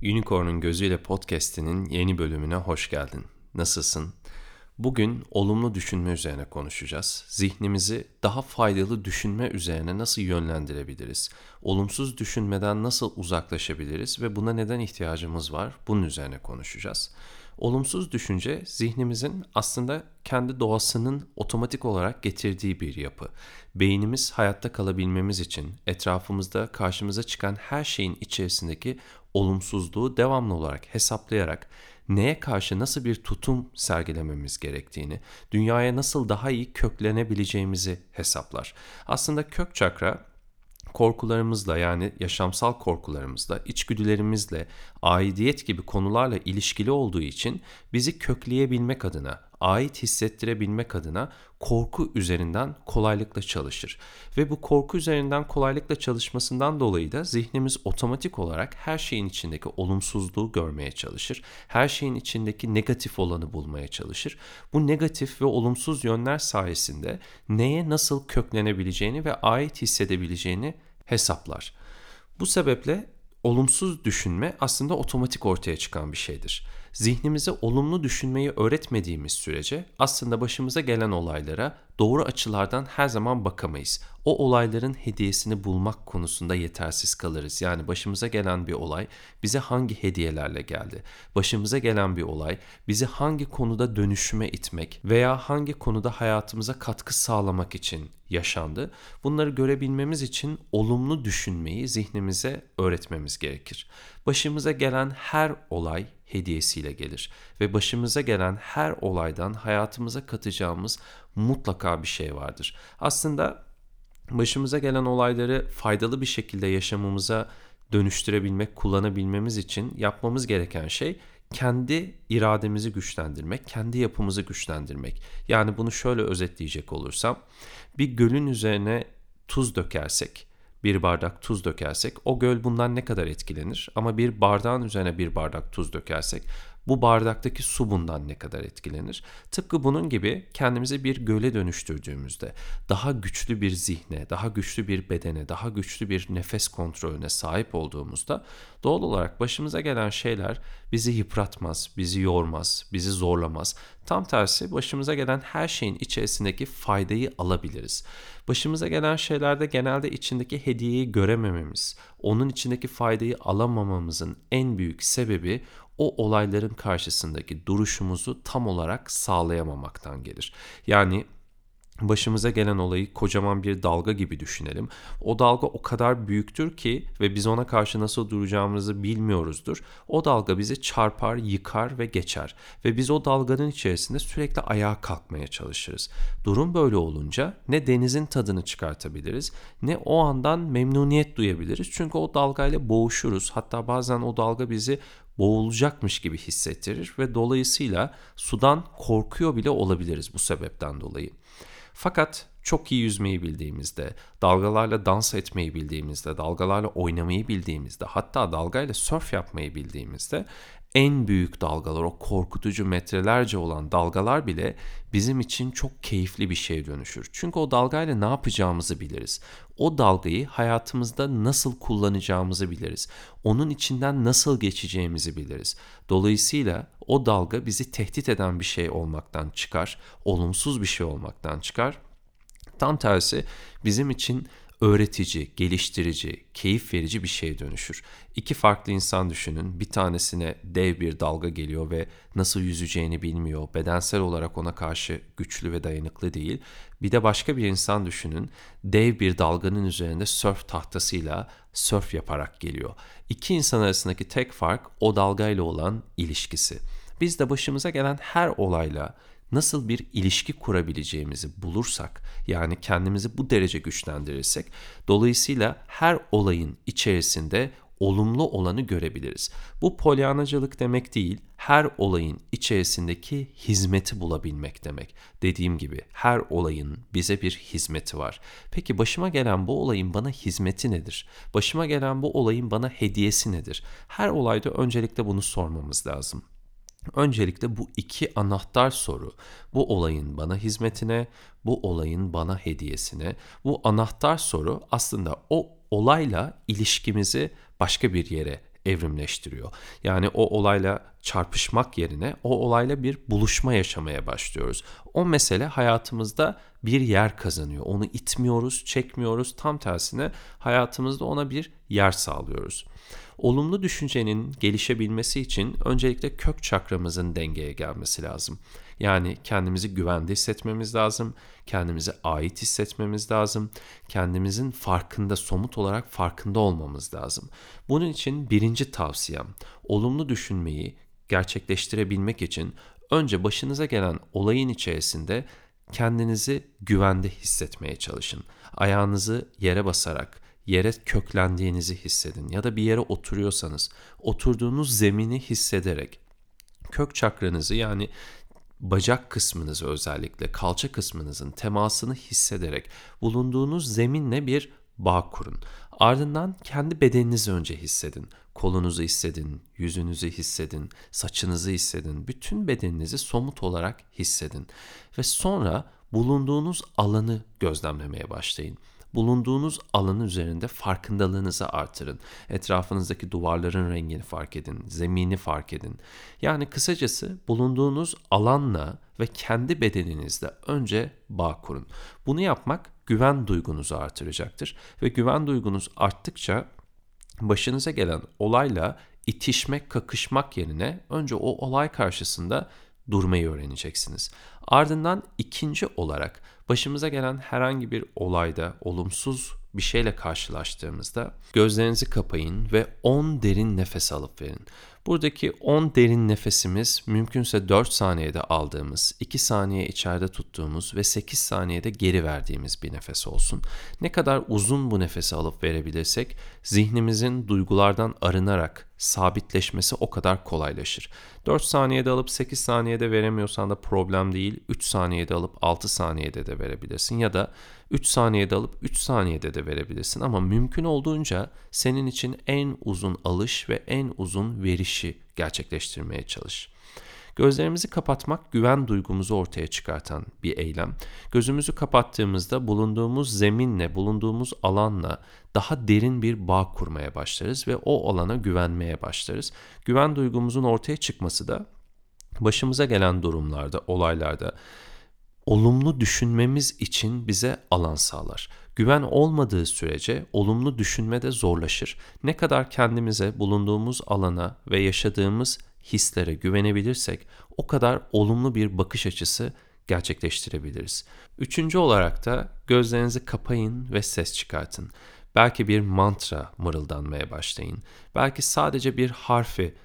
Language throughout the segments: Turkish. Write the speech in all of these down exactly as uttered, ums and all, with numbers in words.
Unicorn'un Gözüyle Podcast'inin yeni bölümüne hoş geldin. Nasılsın? Bugün olumlu düşünme üzerine konuşacağız. Zihnimizi daha faydalı düşünme üzerine nasıl yönlendirebiliriz? Olumsuz düşünmeden nasıl uzaklaşabiliriz ve buna neden ihtiyacımız var? Bunun üzerine konuşacağız. Olumsuz düşünce zihnimizin aslında kendi doğasının otomatik olarak getirdiği bir yapı. Beynimiz hayatta kalabilmemiz için etrafımızda karşımıza çıkan her şeyin içerisindeki olumsuzluğu devamlı olarak hesaplayarak neye karşı nasıl bir tutum sergilememiz gerektiğini, dünyaya nasıl daha iyi köklenebileceğimizi hesaplar. Aslında kök çakra korkularımızla, yani yaşamsal korkularımızla, içgüdülerimizle, aidiyet gibi konularla ilişkili olduğu için bizi kökleyebilmek adına, ait hissettirebilmek adına korku üzerinden kolaylıkla çalışır. Ve bu korku üzerinden kolaylıkla çalışmasından dolayı da zihnimiz otomatik olarak her şeyin içindeki olumsuzluğu görmeye çalışır. Her şeyin içindeki negatif olanı bulmaya çalışır. Bu negatif ve olumsuz yönler sayesinde neye nasıl köklenebileceğini ve ait hissedebileceğini hesaplar. Bu sebeple olumsuz düşünme aslında otomatik ortaya çıkan bir şeydir. Zihnimize olumlu düşünmeyi öğretmediğimiz sürece aslında başımıza gelen olaylara doğru açılardan her zaman bakamayız. O olayların hediyesini bulmak konusunda yetersiz kalırız. Yani başımıza gelen bir olay bize hangi hediyelerle geldi? Başımıza gelen bir olay bizi hangi konuda dönüşüme itmek veya hangi konuda hayatımıza katkı sağlamak için yaşandı? Bunları görebilmemiz için olumlu düşünmeyi zihnimize öğretmemiz gerekir. Başımıza gelen her olay hediyesiyle gelir ve başımıza gelen her olaydan hayatımıza katacağımız mutlaka bir şey vardır. Aslında başımıza gelen olayları faydalı bir şekilde yaşamımıza dönüştürebilmek, kullanabilmemiz için yapmamız gereken şey kendi irademizi güçlendirmek, kendi yapımızı güçlendirmek. Yani bunu şöyle özetleyecek olursam, bir gölün üzerine tuz dökersek, bir bardak tuz dökersek o göl bundan ne kadar etkilenir? Ama bir bardağın üzerine bir bardak tuz dökersek bu bardaktaki su bundan ne kadar etkilenir? Tıpkı bunun gibi kendimizi bir göle dönüştürdüğümüzde daha güçlü bir zihne, daha güçlü bir bedene, daha güçlü bir nefes kontrolüne sahip olduğumuzda doğal olarak başımıza gelen şeyler bizi yıpratmaz, bizi yormaz, bizi zorlamaz. Tam tersi başımıza gelen her şeyin içerisindeki faydayı alabiliriz. Başımıza gelen şeylerde genelde içindeki hediyeyi göremememiz, onun içindeki faydayı alamamamızın en büyük sebebi o olayların karşısındaki duruşumuzu tam olarak sağlayamamaktan gelir. Yani başımıza gelen olayı kocaman bir dalga gibi düşünelim. O dalga o kadar büyüktür ki ve biz ona karşı nasıl duracağımızı bilmiyoruzdur. O dalga bizi çarpar, yıkar ve geçer. Ve biz o dalganın içerisinde sürekli ayağa kalkmaya çalışırız. Durum böyle olunca ne denizin tadını çıkartabiliriz, ne o andan memnuniyet duyabiliriz. Çünkü o dalgayla boğuşuruz. Hatta bazen o dalga bizi boğulacakmış gibi hissettirir ve dolayısıyla sudan korkuyor bile olabiliriz bu sebepten dolayı. Fakat çok iyi yüzmeyi bildiğimizde, dalgalarla dans etmeyi bildiğimizde, dalgalarla oynamayı bildiğimizde, hatta dalgayla sörf yapmayı bildiğimizde en büyük dalgalar, o korkutucu metrelerce olan dalgalar bile bizim için çok keyifli bir şeye dönüşür. Çünkü o dalgayla ne yapacağımızı biliriz. O dalgayı hayatımızda nasıl kullanacağımızı biliriz. Onun içinden nasıl geçeceğimizi biliriz. Dolayısıyla o dalga bizi tehdit eden bir şey olmaktan çıkar, olumsuz bir şey olmaktan çıkar. Tam tersi bizim için öğretici, geliştirici, keyif verici bir şeye dönüşür. İki farklı insan düşünün. Bir tanesine dev bir dalga geliyor ve nasıl yüzeceğini bilmiyor. Bedensel olarak ona karşı güçlü ve dayanıklı değil. Bir de başka bir insan düşünün. Dev bir dalganın üzerinde sörf tahtasıyla sörf yaparak geliyor. İki insan arasındaki tek fark o dalgayla olan ilişkisi. Biz de başımıza gelen her olayla nasıl bir ilişki kurabileceğimizi bulursak, yani kendimizi bu derece güçlendirirsek, dolayısıyla her olayın içerisinde olumlu olanı görebiliriz. Bu polyanacılık demek değil, her olayın içerisindeki hizmeti bulabilmek demek. Dediğim gibi her olayın bize bir hizmeti var. Peki başıma gelen bu olayın bana hizmeti nedir? Başıma gelen bu olayın bana hediyesi nedir? Her olayda öncelikle bunu sormamız lazım. Öncelikle bu iki anahtar soru, bu olayın bana hizmetine, bu olayın bana hediyesine, bu anahtar soru aslında o olayla ilişkimizi başka bir yere evrimleştiriyor. Yani o olayla çarpışmak yerine o olayla bir buluşma yaşamaya başlıyoruz. O mesele hayatımızda bir yer kazanıyor. Onu itmiyoruz, çekmiyoruz. Tam tersine hayatımızda ona bir yer sağlıyoruz. Olumlu düşüncenin gelişebilmesi için öncelikle kök çakramızın dengeye gelmesi lazım. Yani kendimizi güvende hissetmemiz lazım, kendimize ait hissetmemiz lazım, kendimizin farkında, somut olarak farkında olmamız lazım. Bunun için birinci tavsiyem, olumlu düşünmeyi gerçekleştirebilmek için önce başınıza gelen olayın içerisinde kendinizi güvende hissetmeye çalışın. Ayağınızı yere basarak, yere köklendiğinizi hissedin ya da bir yere oturuyorsanız oturduğunuz zemini hissederek kök çakranızı, yani bacak kısmınızı, özellikle kalça kısmınızın temasını hissederek bulunduğunuz zeminle bir bağ kurun. Ardından kendi bedeninizi önce hissedin. Kolunuzu hissedin, yüzünüzü hissedin, saçınızı hissedin. Bütün bedeninizi somut olarak hissedin. Ve sonra bulunduğunuz alanı gözlemlemeye başlayın. Bulunduğunuz alanın üzerinde farkındalığınızı artırın. Etrafınızdaki duvarların rengini fark edin, zemini fark edin. Yani kısacası bulunduğunuz alanla ve kendi bedeninizle önce bağ kurun. Bunu yapmak güven duygunuzu artıracaktır ve güven duygunuz arttıkça başınıza gelen olayla itişmek, kakışmak yerine önce o olay karşısında durmayı öğreneceksiniz. Ardından ikinci olarak başımıza gelen herhangi bir olayda olumsuz bir şeyle karşılaştığımızda gözlerinizi kapayın ve on derin nefes alıp verin. Buradaki on derin nefesimiz mümkünse dört saniyede aldığımız, iki saniye içeride tuttuğumuz ve sekiz saniyede geri verdiğimiz bir nefes olsun. Ne kadar uzun bu nefesi alıp verebilirsek zihnimizin duygulardan arınarak sabitleşmesi o kadar kolaylaşır. dört saniyede alıp sekiz saniyede veremiyorsan da problem değil. üç saniyede alıp altı saniyede de verebilirsin ya da üç saniyede alıp üç saniyede de verebilirsin ama mümkün olduğunca senin için en uzun alış ve en uzun verişi gerçekleştirmeye çalış. Gözlerimizi kapatmak güven duygumuzu ortaya çıkartan bir eylem. Gözümüzü kapattığımızda bulunduğumuz zeminle, bulunduğumuz alanla daha derin bir bağ kurmaya başlarız ve o alana güvenmeye başlarız. Güven duygumuzun ortaya çıkması da başımıza gelen durumlarda, olaylarda olumlu düşünmemiz için bize alan sağlar. Güven olmadığı sürece olumlu düşünme de zorlaşır. Ne kadar kendimize, bulunduğumuz alana ve yaşadığımız hislere güvenebilirsek o kadar olumlu bir bakış açısı gerçekleştirebiliriz. Üçüncü olarak da gözlerinizi kapayın ve ses çıkartın. Belki bir mantra mırıldanmaya başlayın. Belki sadece bir harfi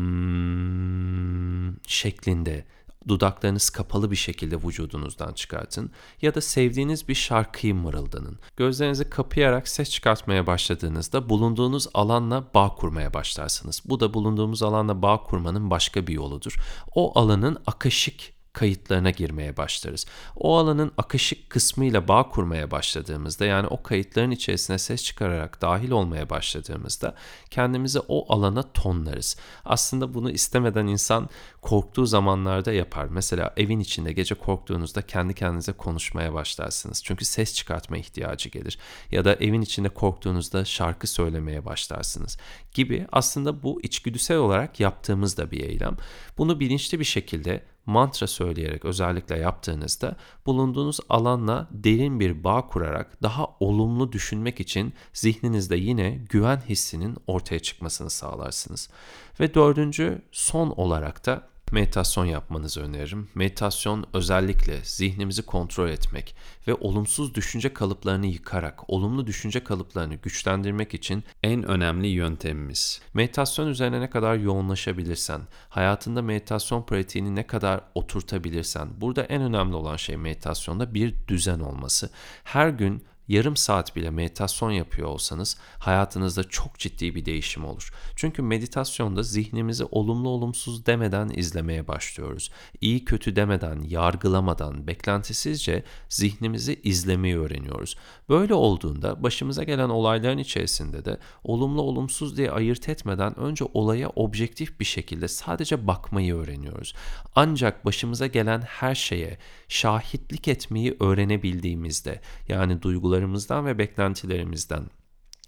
hmm şeklinde dudaklarınız kapalı bir şekilde vücudunuzdan çıkartın ya da sevdiğiniz bir şarkıyı mırıldanın. Gözlerinizi kapayarak ses çıkartmaya başladığınızda bulunduğunuz alanla bağ kurmaya başlarsınız. Bu da bulunduğumuz alanla bağ kurmanın başka bir yoludur. O alanın akışık kayıtlarına girmeye başlarız. O alanın akışık kısmıyla bağ kurmaya başladığımızda, yani o kayıtların içerisine ses çıkararak dahil olmaya başladığımızda kendimizi o alana tonlarız. Aslında bunu istemeden insan korktuğu zamanlarda yapar. Mesela evin içinde gece korktuğunuzda kendi kendinize konuşmaya başlarsınız. Çünkü ses çıkartma ihtiyacı gelir. Ya da evin içinde korktuğunuzda şarkı söylemeye başlarsınız gibi. Aslında bu içgüdüsel olarak yaptığımız da bir eylem. Bunu bilinçli bir şekilde mantra söyleyerek özellikle yaptığınızda bulunduğunuz alanla derin bir bağ kurarak daha olumlu düşünmek için zihninizde yine güven hissinin ortaya çıkmasını sağlarsınız. Ve dördüncü, son olarak da meditasyon yapmanızı öneririm. Meditasyon özellikle zihnimizi kontrol etmek ve olumsuz düşünce kalıplarını yıkarak olumlu düşünce kalıplarını güçlendirmek için en önemli yöntemimiz. Meditasyon üzerine ne kadar yoğunlaşabilirsen, hayatında meditasyon pratiğini ne kadar oturtabilirsen, burada en önemli olan şey meditasyonda bir düzen olması. Her gün yarım saat bile meditasyon yapıyor olsanız hayatınızda çok ciddi bir değişim olur. Çünkü meditasyonda zihnimizi olumlu olumsuz demeden izlemeye başlıyoruz. İyi kötü demeden, yargılamadan, beklentisizce zihnimizi izlemeyi öğreniyoruz. Böyle olduğunda başımıza gelen olayların içerisinde de olumlu olumsuz diye ayırt etmeden önce olaya objektif bir şekilde sadece bakmayı öğreniyoruz. Ancak başımıza gelen her şeye şahitlik etmeyi öğrenebildiğimizde, yani duygularımızdan ve beklentilerimizden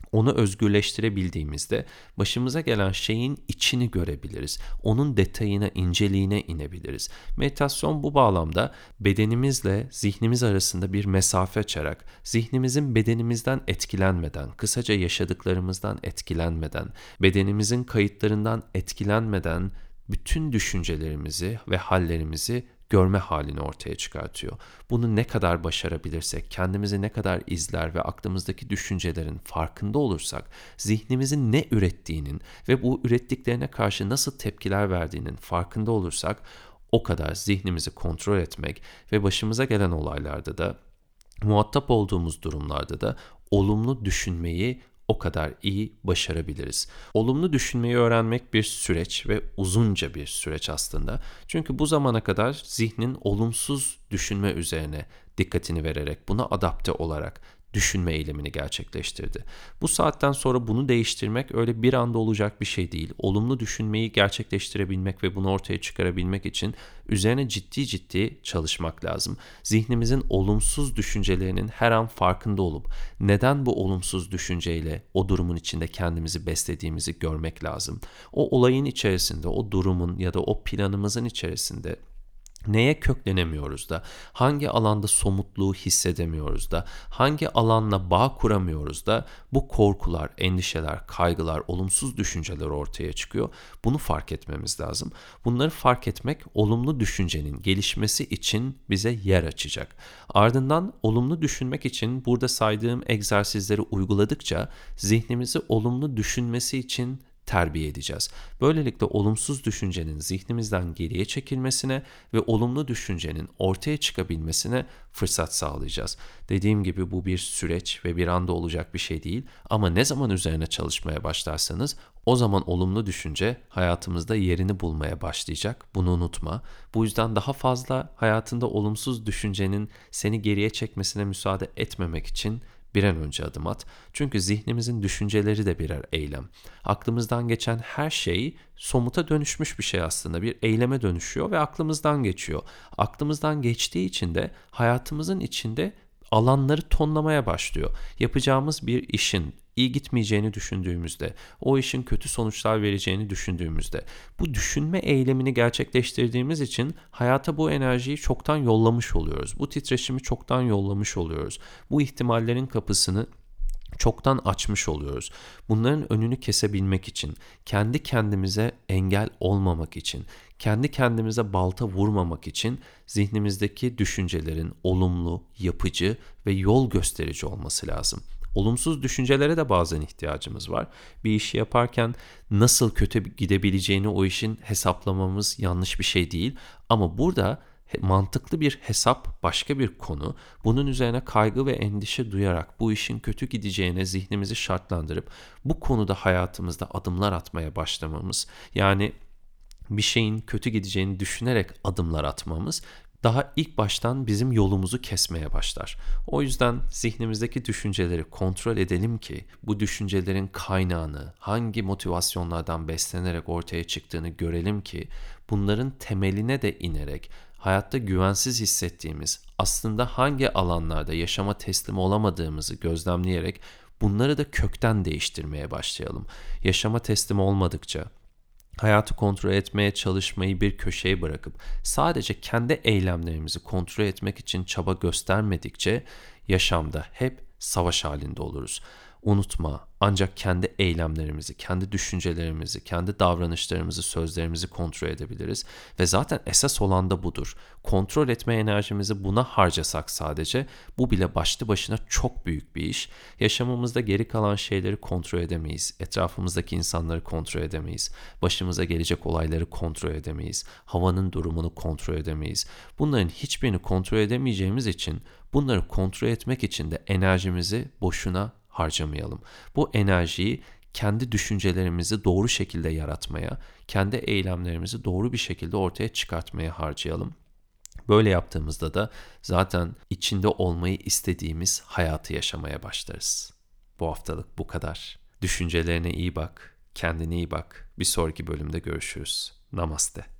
Onu özgürleştirebildiğimizde başımıza gelen şeyin içini görebiliriz. Onun detayına, inceliğine inebiliriz. Meditasyon bu bağlamda bedenimizle zihnimiz arasında bir mesafe açarak, zihnimizin bedenimizden etkilenmeden, kısaca yaşadıklarımızdan etkilenmeden, bedenimizin kayıtlarından etkilenmeden bütün düşüncelerimizi ve hallerimizi görme halini ortaya çıkartıyor. Bunu ne kadar başarabilirsek, kendimizi ne kadar izler ve aklımızdaki düşüncelerin farkında olursak, zihnimizin ne ürettiğinin ve bu ürettiklerine karşı nasıl tepkiler verdiğinin farkında olursak, o kadar zihnimizi kontrol etmek ve başımıza gelen olaylarda da, muhatap olduğumuz durumlarda da olumlu düşünmeyi o kadar iyi başarabiliriz. Olumlu düşünmeyi öğrenmek bir süreç ve uzunca bir süreç aslında. Çünkü bu zamana kadar zihnin olumsuz düşünme üzerine dikkatini vererek, buna adapte olarak düşünme eylemini gerçekleştirdi. Bu saatten sonra bunu değiştirmek öyle bir anda olacak bir şey değil. Olumlu düşünmeyi gerçekleştirebilmek ve bunu ortaya çıkarabilmek için üzerine ciddi ciddi çalışmak lazım. Zihnimizin olumsuz düşüncelerinin her an farkında olup neden bu olumsuz düşünceyle o durumun içinde kendimizi beslediğimizi görmek lazım. O olayın içerisinde, o durumun ya da o planımızın içerisinde neye köklenemiyoruz da, hangi alanda somutluğu hissedemiyoruz da, hangi alanla bağ kuramıyoruz da bu korkular, endişeler, kaygılar, olumsuz düşünceler ortaya çıkıyor. Bunu fark etmemiz lazım. Bunları fark etmek olumlu düşüncenin gelişmesi için bize yer açacak. Ardından olumlu düşünmek için burada saydığım egzersizleri uyguladıkça zihnimizi olumlu düşünmesi için terbiye edeceğiz. Böylelikle olumsuz düşüncenin zihnimizden geriye çekilmesine ve olumlu düşüncenin ortaya çıkabilmesine fırsat sağlayacağız. Dediğim gibi bu bir süreç ve bir anda olacak bir şey değil ama ne zaman üzerine çalışmaya başlarsanız o zaman olumlu düşünce hayatımızda yerini bulmaya başlayacak. Bunu unutma. Bu yüzden daha fazla hayatında olumsuz düşüncenin seni geriye çekmesine müsaade etmemek için bir an önce adım at. Çünkü zihnimizin düşünceleri de birer eylem. Aklımızdan geçen her şey somuta dönüşmüş bir şey aslında. Bir eyleme dönüşüyor ve aklımızdan geçiyor. Aklımızdan geçtiği için de hayatımızın içinde alanları tonlamaya başlıyor. Yapacağımız bir işin iyi gitmeyeceğini düşündüğümüzde, o işin kötü sonuçlar vereceğini düşündüğümüzde, bu düşünme eylemini gerçekleştirdiğimiz için hayata bu enerjiyi çoktan yollamış oluyoruz. Bu titreşimi çoktan yollamış oluyoruz. Bu ihtimallerin kapısını çoktan açmış oluyoruz. Bunların önünü kesebilmek için, kendi kendimize engel olmamak için, kendi kendimize balta vurmamak için zihnimizdeki düşüncelerin olumlu, yapıcı ve yol gösterici olması lazım. Olumsuz düşüncelere de bazen ihtiyacımız var. Bir işi yaparken nasıl kötü gidebileceğini o işin hesaplamamız yanlış bir şey değil. Ama burada mantıklı bir hesap başka bir konu. Bunun üzerine kaygı ve endişe duyarak bu işin kötü gideceğine zihnimizi şartlandırıp bu konuda hayatımızda adımlar atmaya başlamamız, yani bir şeyin kötü gideceğini düşünerek adımlar atmamız daha ilk baştan bizim yolumuzu kesmeye başlar. O yüzden zihnimizdeki düşünceleri kontrol edelim ki bu düşüncelerin kaynağını, hangi motivasyonlardan beslenerek ortaya çıktığını görelim ki bunların temeline de inerek hayatta güvensiz hissettiğimiz, aslında hangi alanlarda yaşama teslim olamadığımızı gözlemleyerek bunları da kökten değiştirmeye başlayalım. Yaşama teslim olmadıkça, hayatı kontrol etmeye çalışmayı bir köşeye bırakıp sadece kendi eylemlerimizi kontrol etmek için çaba göstermedikçe yaşamda hep savaş halinde oluruz. Unutma, ancak kendi eylemlerimizi, kendi düşüncelerimizi, kendi davranışlarımızı, sözlerimizi kontrol edebiliriz. Ve zaten esas olan da budur. Kontrol etme enerjimizi buna harcasak sadece, bu bile başlı başına çok büyük bir iş. Yaşamımızda geri kalan şeyleri kontrol edemeyiz. Etrafımızdaki insanları kontrol edemeyiz. Başımıza gelecek olayları kontrol edemeyiz. Havanın durumunu kontrol edemeyiz. Bunların hiçbirini kontrol edemeyeceğimiz için bunları kontrol etmek için de enerjimizi boşuna harcamayalım. Bu enerjiyi kendi düşüncelerimizi doğru şekilde yaratmaya, kendi eylemlerimizi doğru bir şekilde ortaya çıkartmaya harcayalım. Böyle yaptığımızda da zaten içinde olmayı istediğimiz hayatı yaşamaya başlarız. Bu haftalık bu kadar. Düşüncelerine iyi bak, kendine iyi bak. Bir sonraki bölümde görüşürüz. Namaste.